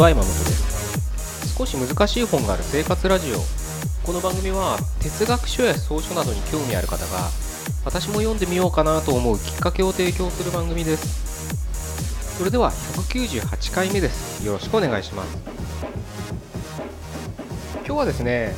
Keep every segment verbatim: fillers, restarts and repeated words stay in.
ちは山本です。少し難しい本がある生活ラジオ。この番組は哲学書や草書などに興味ある方が私も読んでみようかなと思うきっかけを提供する番組です。それではひゃくきゅうじゅうはちかいめです。よろしくお願いします。今日はですね、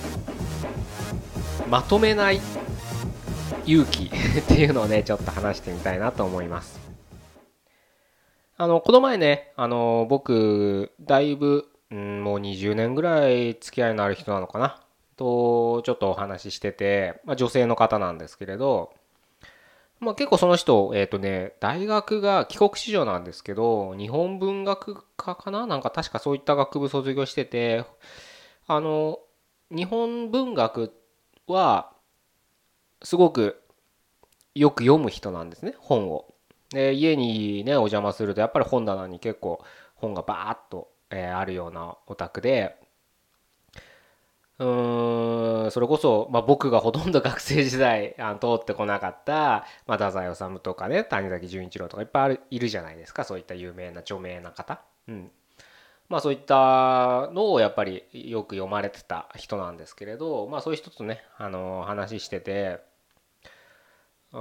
まとめない勇気っていうのをねちょっと話してみたいなと思います。あのこの前ね、あの僕だいぶ、うん、もうにじゅうねんぐらい付き合いのある人なのかなとちょっとお話ししてて、まあ、女性の方なんですけれど、まあ、結構その人、えっとね、大学が帰国子女なんですけど、日本文学科かな、なんか確かそういった学部卒業してて、あの日本文学はすごくよく読む人なんですね、本を。で、家にね、お邪魔すると、やっぱり本棚に結構本がバーッと、えーあるようなお宅で、うーん、それこそ、まあ、僕がほとんど学生時代あの通ってこなかった、まあ、太宰治とかね、谷崎潤一郎とかいっぱいあるいるじゃないですか、そういった有名な著名な方。うん。まあそういったのをやっぱりよく読まれてた人なんですけれど、まあそういう人とね、あの話してて、うん、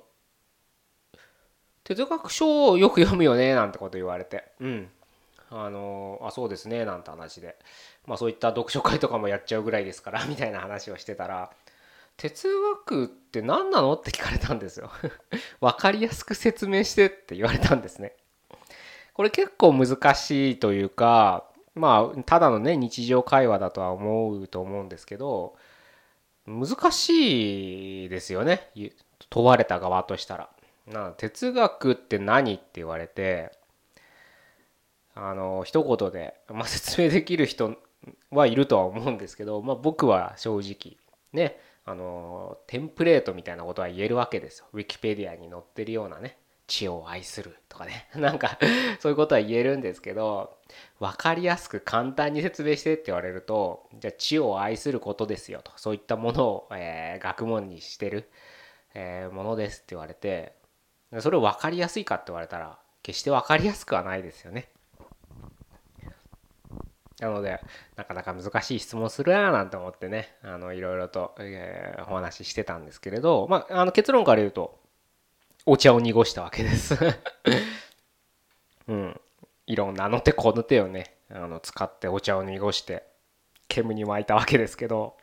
哲学書をよく読むよねなんてこと言われて、うん、あのあそうですねなんて話で、まあそういった読書会とかもやっちゃうぐらいですからみたいな話をしてたら、哲学って何なのって聞かれたんですよ。分かりやすく説明してって言われたんですね。これ結構難しいというか、まあただのね日常会話だとは思うと思うんですけど、難しいですよね、問われた側としたら。な哲学って何って言われて、あの一言で、まあ、説明できる人はいるとは思うんですけど、まあ、僕は正直ね、あのテンプレートみたいなことは言えるわけですよ。ウィキペディアに載ってるようなね、知を愛するとかね、なんかそういうことは言えるんですけど、分かりやすく簡単に説明してって言われると、じゃあ知を愛することですよと、そういったものを、えー学問にしてる、えーものですって言われて、それを分かりやすいかって言われたら決して分かりやすくはないですよね。なので、なかなか難しい質問するなーなんて思ってね、あのいろいろと、えーお話ししてたんですけれど、まあ、あの結論から言うとお茶を濁したわけです。うん、いろんなあの手この手をね、あの使ってお茶を濁して煙に巻いたわけですけど、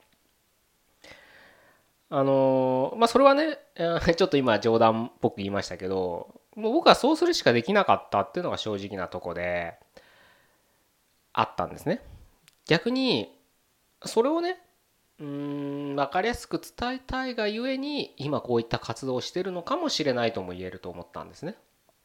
あのーまあそれはね、ちょっと今冗談っぽく言いましたけど、もう僕はそうするしかできなかったっていうのが正直なとこであったんですね。逆にそれをね、うーん分かりやすく伝えたいがゆえに今こういった活動をしてるのかもしれないとも言えると思ったんですね。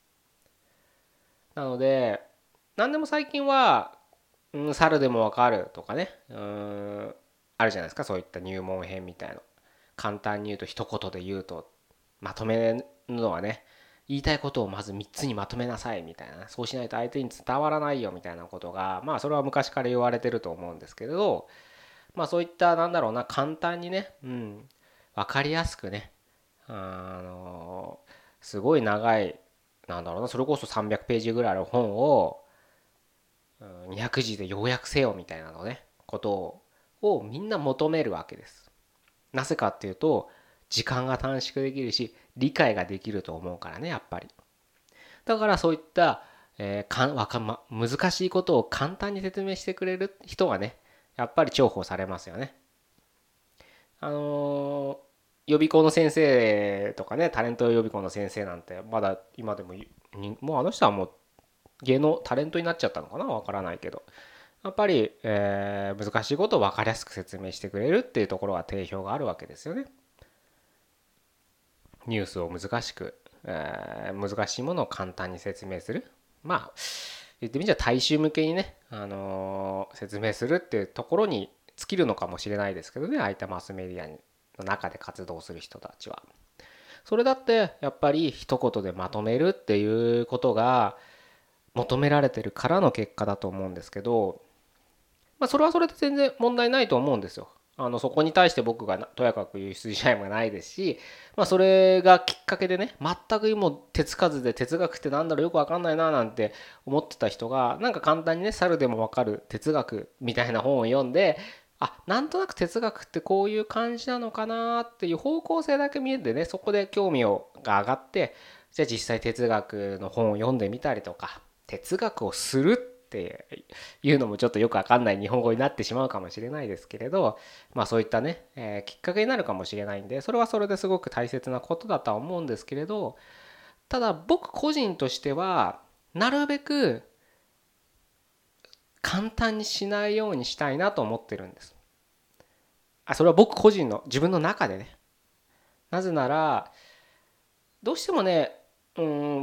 なので何でも最近は、うん、猿でもわかるとかね、うーんあるじゃないですか、そういった入門編みたいな。簡単に言うと一言で言うと、まとめるのはね、言いたいことをまずみっつにまとめなさいみたいな、そうしないと相手に伝わらないよみたいなことが、まあそれは昔から言われてると思うんですけれど、まあそういったなんだろうな、簡単にね、うん、分かりやすくね、あのすごい長い、なんだろうな、それこそさんびゃくページぐらいある本をにひゃくじで要約せよみたいなのね、ことをみんな求めるわけです。なぜかっていうと、時間が短縮できるし理解ができると思うからね、やっぱり。だからそういった、えーかんわかま難しいことを簡単に説明してくれる人はね、やっぱり重宝されますよね。あのー予備校の先生とかね、タレント予備校の先生なんてまだ今でももうあの人はもう芸能タレントになっちゃったのかな、わからないけど、やっぱり、えー難しいことを分かりやすく説明してくれるっていうところは定評があるわけですよね。ニュースを難しく、えー難しいものを簡単に説明する。まあ言ってみちゃ大衆向けにね、あのー説明するっていうところに尽きるのかもしれないですけどね、相手マスメディアの中で活動する人たちは。それだってやっぱり一言でまとめるっていうことが求められてるからの結果だと思うんですけど、まあ、それはそれで全然問題ないと思うんですよ。 あのそこに対して僕がとやかく言う筋合いもないですし、まあ、それがきっかけでね、全くもう手つかずで哲学ってなんだろうよく分かんないななんて思ってた人が、なんか簡単にね猿でも分かる哲学みたいな本を読んで、あ、なんとなく哲学ってこういう感じなのかなっていう方向性だけ見えてね、そこで興味をが上がって、じゃあ実際哲学の本を読んでみたりとか、哲学をするっていうのもちょっとよくわかんない日本語になってしまうかもしれないですけれど、まあそういったね、えーきっかけになるかもしれないんで、それはそれですごく大切なことだとは思うんですけれど、ただ僕個人としてはなるべく簡単にしないようにしたいなと思ってるんです。あ、それは僕個人の自分の中でね。なぜならどうしてもね、うん、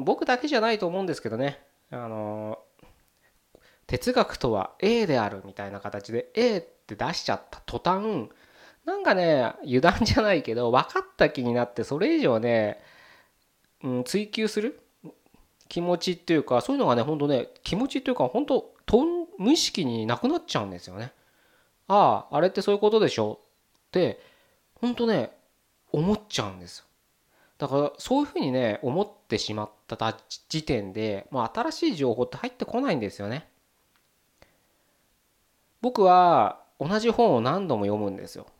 僕だけじゃないと思うんですけどね、あの哲学とは A であるみたいな形で A って出しちゃった途端、なんかね油断じゃないけど分かった気になって、それ以上ね、うん、追求する気持ちっていうか、そういうのがね本当ね、気持ちっていうか本当とん無意識になくなっちゃうんですよね。ああ、あれってそういうことでしょって本当ね思っちゃうんですよ。だからそういうふうにね思ってしまった時点で、もう新しい情報って入ってこないんですよね。僕は同じ本を何度も読むんですよ。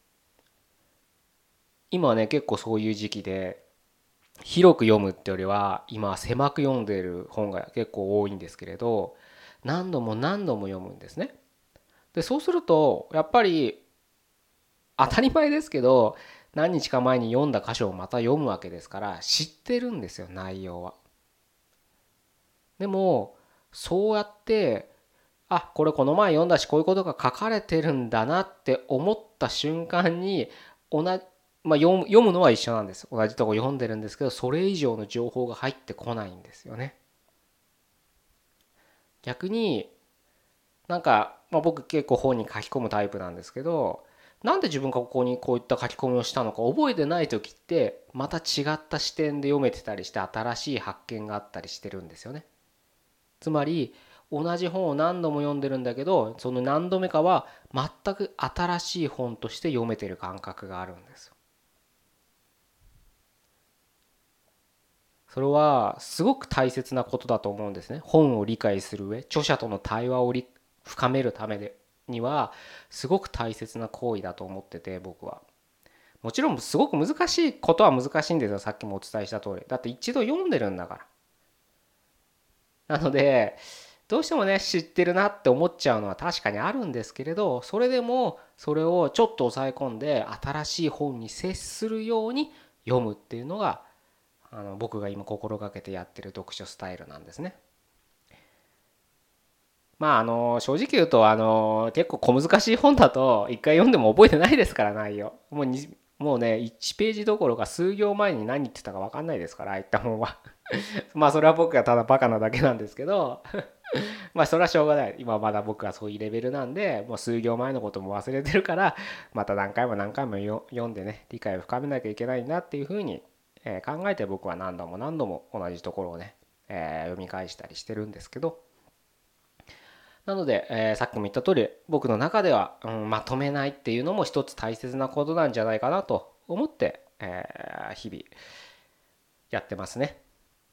今はね結構そういう時期で、広く読むってよりは今は狭く読んでいる本が結構多いんですけれど、何度も何度も読むんですね。でそうするとやっぱり当たり前ですけど、何日か前に読んだ箇所をまた読むわけですから知ってるんですよ、内容は。でもそうやって、あ、これこの前読んだしこういうことが書かれてるんだなって思った瞬間に、同じ、まあ、読む読むのは一緒なんです、同じとこ読んでるんですけど、それ以上の情報が入ってこないんですよね。逆になんか、まあ、僕結構本に書き込むタイプなんですけど、なんで自分がここにこういった書き込みをしたのか覚えてない時って、また違った視点で読めてたりして新しい発見があったりしてるんですよね。つまり同じ本を何度も読んでるんだけど、その何度目かは全く新しい本として読めてる感覚があるんですよ。それはすごく大切なことだと思うんですね。本を理解する上、著者との対話を深めるためでにはすごく大切な行為だと思ってて、僕は。もちろんすごく難しいことは難しいんですよ、さっきもお伝えした通り。だって一度読んでるんだから。なのでどうしてもね知ってるなって思っちゃうのは確かにあるんですけれど、それでもそれをちょっと抑え込んで新しい本に接するように読むっていうのが、あの僕が今心がけてやってる読書スタイルなんですね。まああの正直言うと、あの結構小難しい本だと一回読んでも覚えてないですから、内容もうにもうねいちページどころか数行前に何言ってたか分かんないですから、ああいった本は。まあそれは僕がただバカなだけなんですけど、まあそれはしょうがない、今まだ僕はそういうレベルなんで、もう数行前のことも忘れてるから、また何回も何回も読んでね理解を深めなきゃいけないなっていうふうに考えて、僕は何度も何度も同じところをね、え読み返したりしてるんですけど、なので、えさっきも言った通り僕の中では、うん、まとめないっていうのも一つ大切なことなんじゃないかなと思って、え日々やってますね。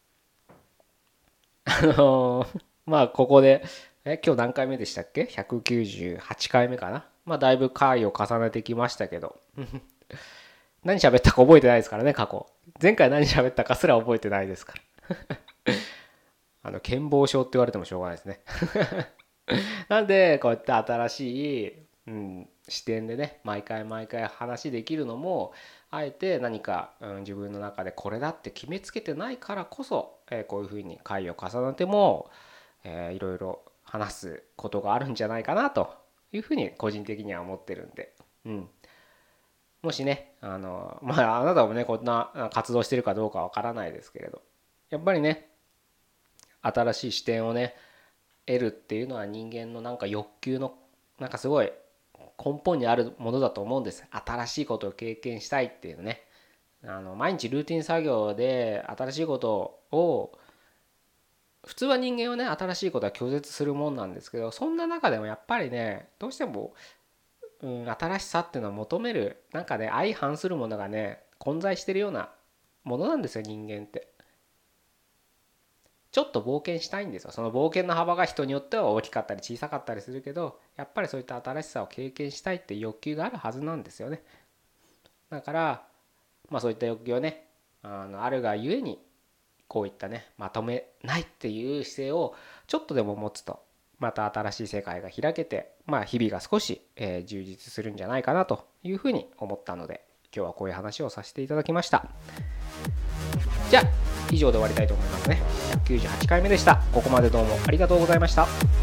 あのーまあここで、え今日何回目でしたっけ？ ひゃくきゅうじゅうはち 回目かな。まあだいぶ回を重ねてきましたけど、何喋ったか覚えてないですからね、過去。前回何喋ったかすら覚えてないですから。あの健忘症って言われてもしょうがないですね。なんでこうやって新しい、うん、視点でね毎回毎回話できるのも、あえて何か、うん、自分の中でこれだって決めつけてないからこそ、えーこういうふうに回を重ねても、えーいろいろ話すことがあるんじゃないかなというふうに個人的には思ってるんで、うん、もしね、あのまああなたもねこんな活動してるかどうかわからないですけれど、やっぱりね新しい視点をね得るっていうのは人間のなんか欲求のなんかすごい根本にあるものだと思うんです。新しいことを経験したいっていうね、あの毎日ルーティン作業で新しいことを、普通は人間はね新しいことは拒絶するもんなんですけど、そんな中でもやっぱりねどうしてもうん、新しさっていうのを求めるなんかね、相反するものがね混在してるようなものなんですよ、人間って。ちょっと冒険したいんですよ。その冒険の幅が人によっては大きかったり小さかったりするけど、やっぱりそういった新しさを経験したいっていう欲求があるはずなんですよね。だからまあそういった欲求をね、あのあるがゆえにこういったね、まとめないっていう姿勢をちょっとでも持つと、また新しい世界が開けて、まあ日々が少し、えー充実するんじゃないかなというふうに思ったので、今日はこういう話をさせていただきました。じゃあ以上で終わりたいと思いますね。ひゃくきゅうじゅうはちかいめでした。ここまでどうもありがとうございました。